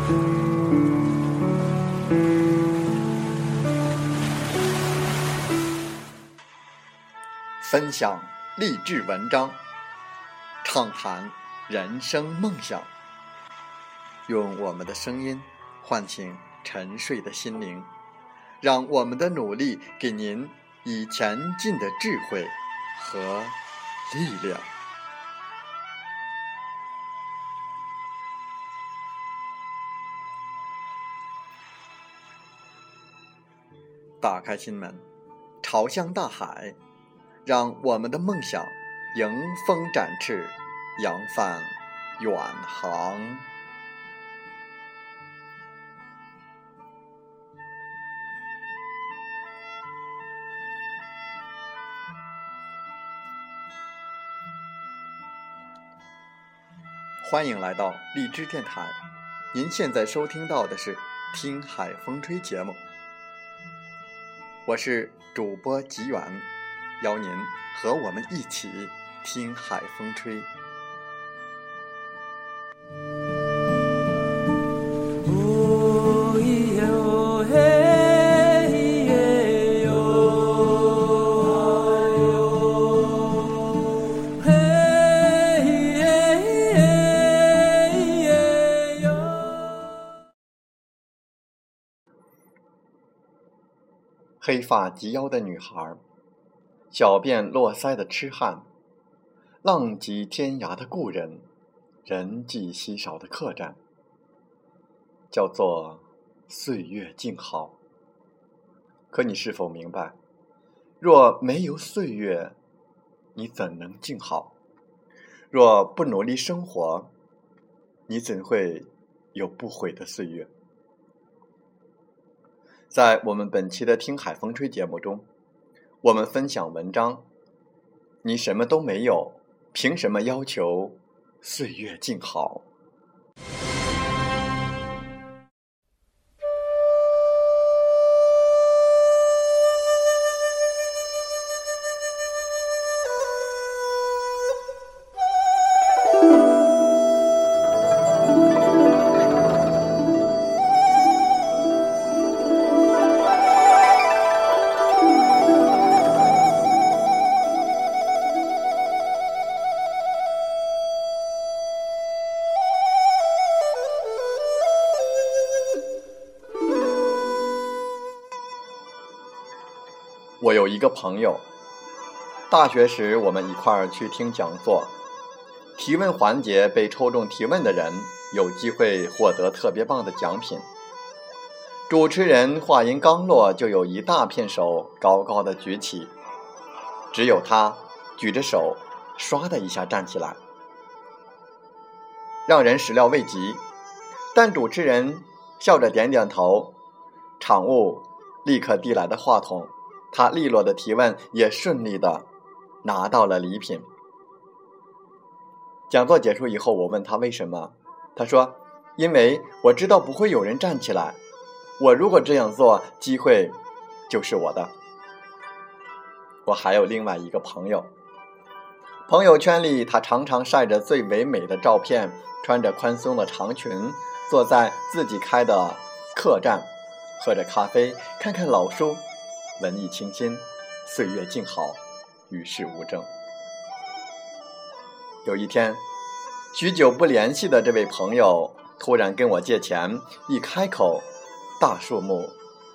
分享励志文章，畅谈人生梦想，用我们的声音唤醒沉睡的心灵，让我们的努力给您以前进的智慧和力量。打开心门，朝向大海，让我们的梦想迎风展翅，扬帆远航。欢迎来到荔枝电台，您现在收听到的是听海风吹节目，我是主播吉远，邀您和我们一起听海风吹。黑发及腰的女孩，小便落腮的痴汉，浪迹天涯的故人，人迹稀少的客栈，叫做岁月静好。可你是否明白，若没有岁月，你怎能静好？若不努力生活，你怎会有不悔的岁月？在我们本期的听海风吹节目中，我们分享文章，你什么都没有，凭什么要求岁月静好？我有一个朋友，大学时我们一块儿去听讲座，提问环节被抽中提问的人有机会获得特别棒的奖品。主持人话音刚落，就有一大片手高高的举起，只有他举着手唰的一下站起来，让人始料未及。但主持人笑着点点头，场务立刻递来的话筒，他利落的提问也顺利的拿到了礼品。讲座结束以后，我问他为什么，他说因为我知道不会有人站起来，我如果这样做，机会就是我的。我还有另外一个朋友，朋友圈里他常常晒着最唯美的照片，穿着宽松的长裙，坐在自己开的客栈，喝着咖啡，看看老书，文艺清新，岁月静好，与世无争。有一天，许久不联系的这位朋友突然跟我借钱，一开口大数目。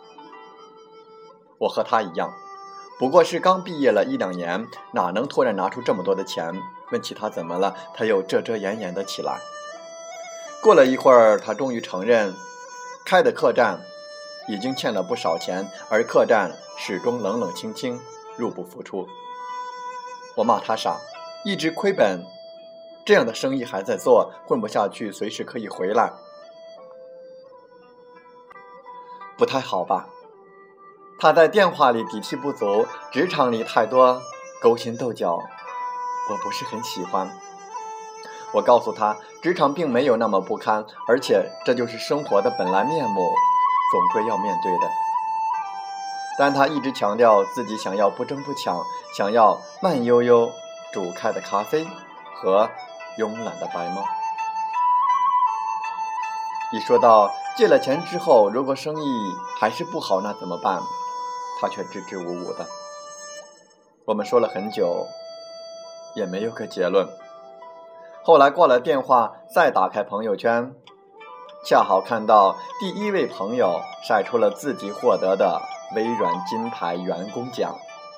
我和他一样，不过是刚毕业了1-2年，哪能突然拿出这么多的钱？问起他怎么了，他又遮遮掩掩的起来。过了一会儿，他终于承认，开的客栈已经欠了不少钱，而客栈始终冷冷清清，入不敷出。我骂他傻，一直亏本，这样的生意还在做，混不下去随时可以回来。不太好吧？他在电话里底气不足，职场里太多勾心斗角，我不是很喜欢。我告诉他，职场并没有那么不堪，而且这就是生活的本来面目，总归要面对的。但他一直强调自己想要不争不抢，想要慢悠悠煮开的咖啡和慵懒的白猫。 一说到借了钱之后，如果生意还是不好，那怎么办？他却支支吾吾的。我们说了很久，也没有个结论。后来挂了电话，再打开朋友圈，恰好看到第一位朋友晒出了自己获得的微软金牌员工奖。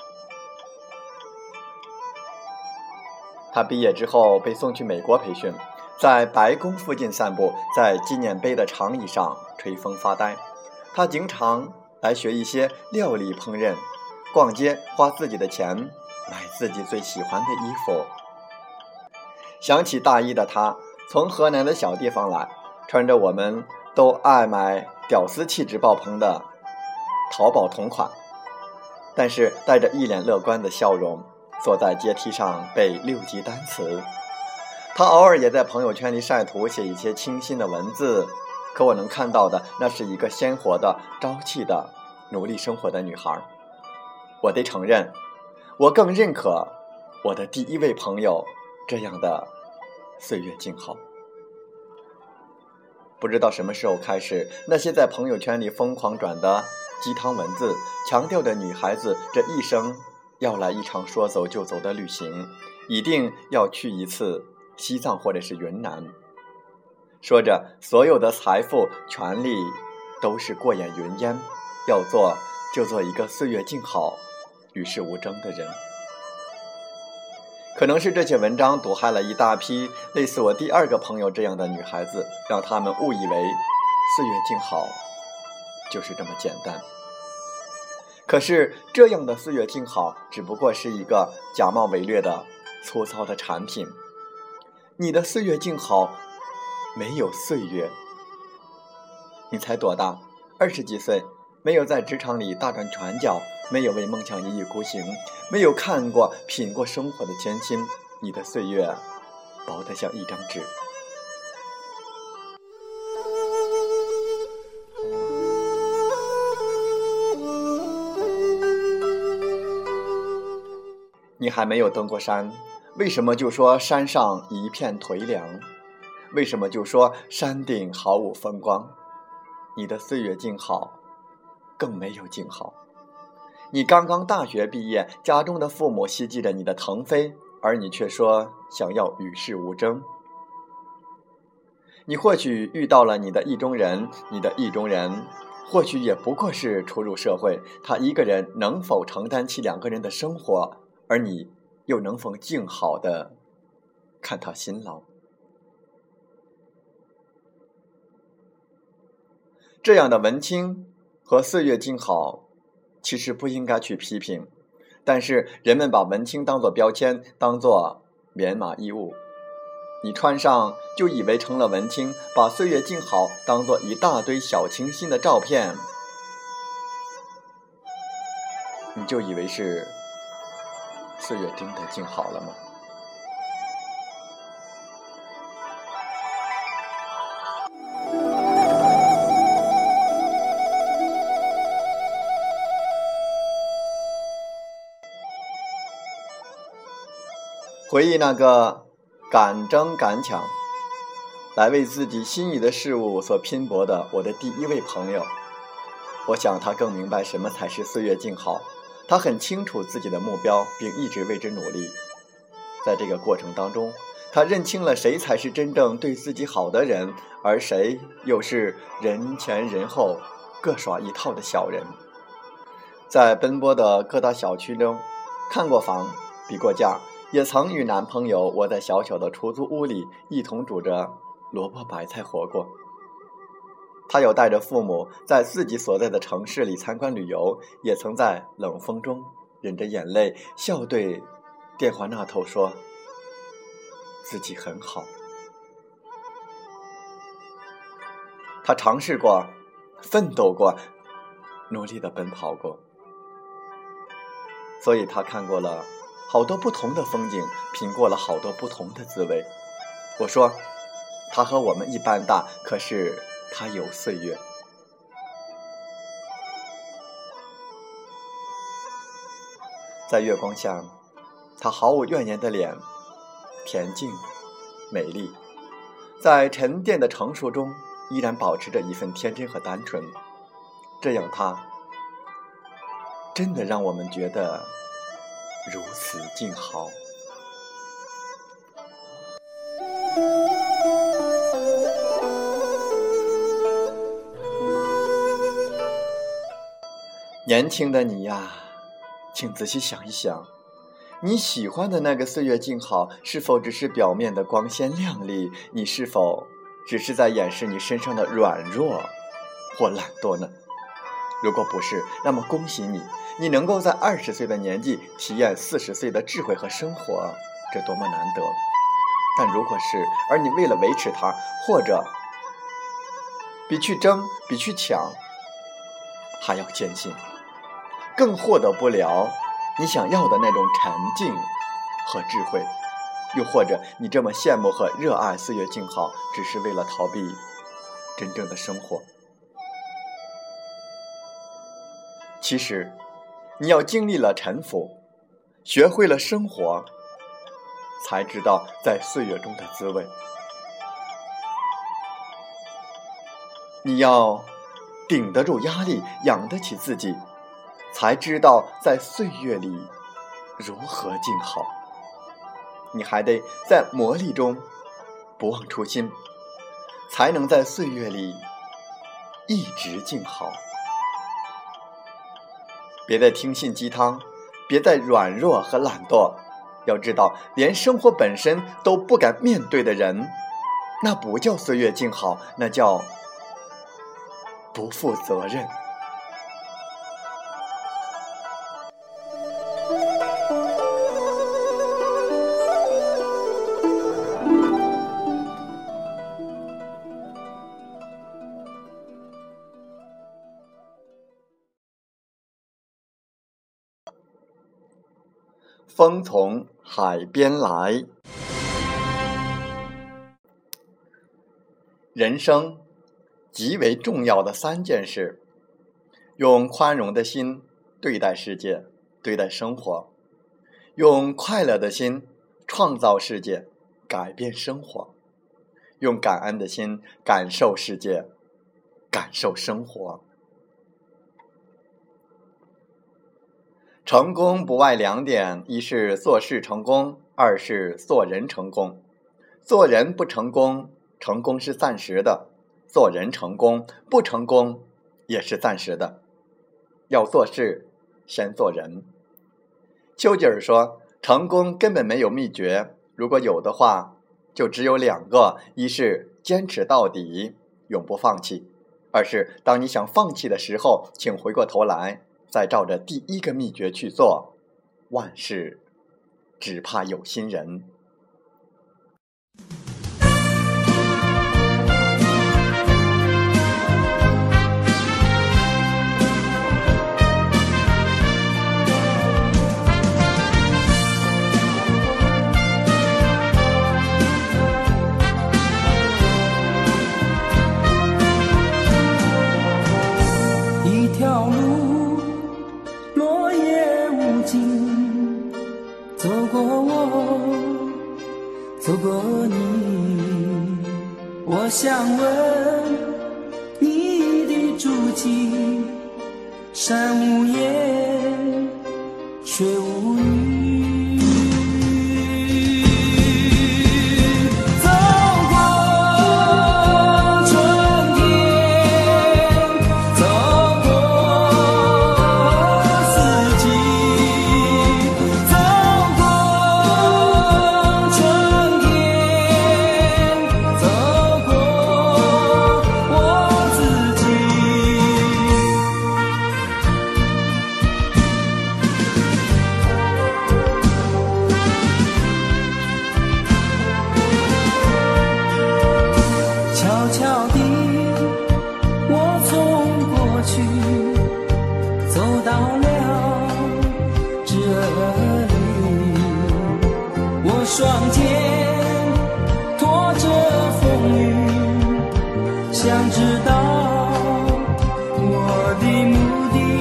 他毕业之后被送去美国培训，在白宫附近散步，在纪念碑的长椅上吹风发呆。他经常来学一些料理烹饪，逛街花自己的钱买自己最喜欢的衣服。想起大一的他从河南的小地方来，穿着我们都爱买屌丝气质爆棚的淘宝同款，但是带着一脸乐观的笑容，坐在阶梯上背6级单词。他偶尔也在朋友圈里晒图，写一些清新的文字，可我能看到的那是一个鲜活的、朝气的、努力生活的女孩。我得承认，我更认可我的第一位朋友这样的岁月静好。不知道什么时候开始，那些在朋友圈里疯狂转的鸡汤文字，强调着女孩子这一生要来一场说走就走的旅行，一定要去一次西藏或者是云南，说着所有的财富权利都是过眼云烟，要做就做一个岁月静好与世无争的人。可能是这些文章毒害了一大批类似我第二个朋友这样的女孩子，让她们误以为岁月静好就是这么简单。可是这样的岁月静好只不过是一个假冒伪劣的粗糙的产品。你的岁月静好没有岁月。你才多大？20几岁，没有在职场里大展拳脚，没有为梦想一意孤行，没有看过品过生活的艰辛，你的岁月薄得像一张纸。你还没有登过山，为什么就说山上一片颓凉？为什么就说山顶毫无风光？你的岁月静好更没有静好。你刚刚大学毕业，家中的父母希冀着你的腾飞，而你却说想要与世无争。你或许遇到了你的意中人，你的意中人或许也不过是初入社会，他一个人能否承担起2个人的生活，而你又能否静好的看他辛劳？这样的文青和岁月静好其实不应该去批评，但是人们把文青当作标签，当作棉麻衣物，你穿上就以为成了文青，把岁月静好当作一大堆小清新的照片，你就以为是岁月真的静好了吗？回忆那个敢争敢抢来为自己心仪的事物所拼搏的我的第一位朋友，我想他更明白什么才是岁月静好，他很清楚自己的目标，并一直为之努力。在这个过程当中，他认清了谁才是真正对自己好的人，而谁又是人前人后各耍一套的小人。在奔波的各大小区中看过房，比过价，也曾与男朋友窝在小小的出租屋里一同煮着萝卜白菜活过。他有带着父母在自己所在的城市里参观旅游，也曾在冷风中忍着眼泪笑对电话那头说自己很好。他尝试过，奋斗过，努力地奔跑过，所以他看过了好多不同的风景，品过了好多不同的滋味。我说他和我们一般大，可是他有岁月。在月光下，他毫无怨言的脸恬静美丽，在沉淀的成熟中依然保持着一份天真和单纯，这样它真的让我们觉得如此静好。年轻的你呀，请仔细想一想，你喜欢的那个岁月静好，是否只是表面的光鲜亮丽？你是否只是在掩饰你身上的软弱或懒惰呢？如果不是，那么恭喜你，你能够在20岁的年纪体验40岁的智慧和生活，这多么难得。但如果是，而你为了维持它，或者比去争比去抢还要艰辛，更获得不了你想要的那种沉静和智慧，又或者你这么羡慕和热爱岁月静好，只是为了逃避真正的生活。其实你要经历了沉浮，学会了生活，才知道在岁月中的滋味。你要顶得住压力，养得起自己，才知道在岁月里如何静好。你还得在磨砺中不忘初心，才能在岁月里一直静好。别再听信鸡汤，别再软弱和懒惰。要知道，连生活本身都不敢面对的人，那不叫岁月静好，那叫不负责任。风从海边来。人生极为重要的3件事：用宽容的心对待世界，对待生活；用快乐的心创造世界，改变生活；用感恩的心感受世界，感受生活。成功不外2点，一是做事成功，二是做人成功。做人不成功，成功是暂时的；做人成功，不成功也是暂时的。要做事，先做人。丘吉尔说，成功根本没有秘诀，如果有的话，就只有2个，一是坚持到底，永不放弃；二是当你想放弃的时候，请回过头来，再照着第1个秘诀去做，万事只怕有心人。 一条路落叶无尽，走过我，走过你，我想问你的足迹，山无言，水无语。双肩拖着风雨，想知道我的目的。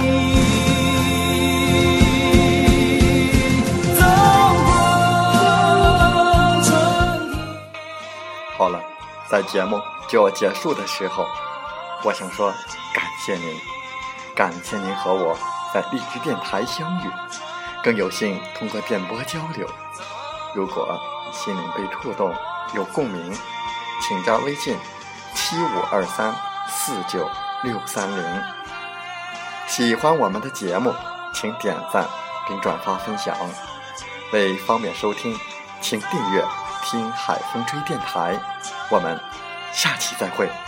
走过春天。 好了，在节目就要结束的时候，我想说感谢您，感谢您和我在荔枝电台相遇，更有幸通过电波交流。如果心灵被触动，有共鸣，请加微信7523496630。喜欢我们的节目，请点赞并转发分享。为方便收听，请订阅听海风吹电台。我们下期再会。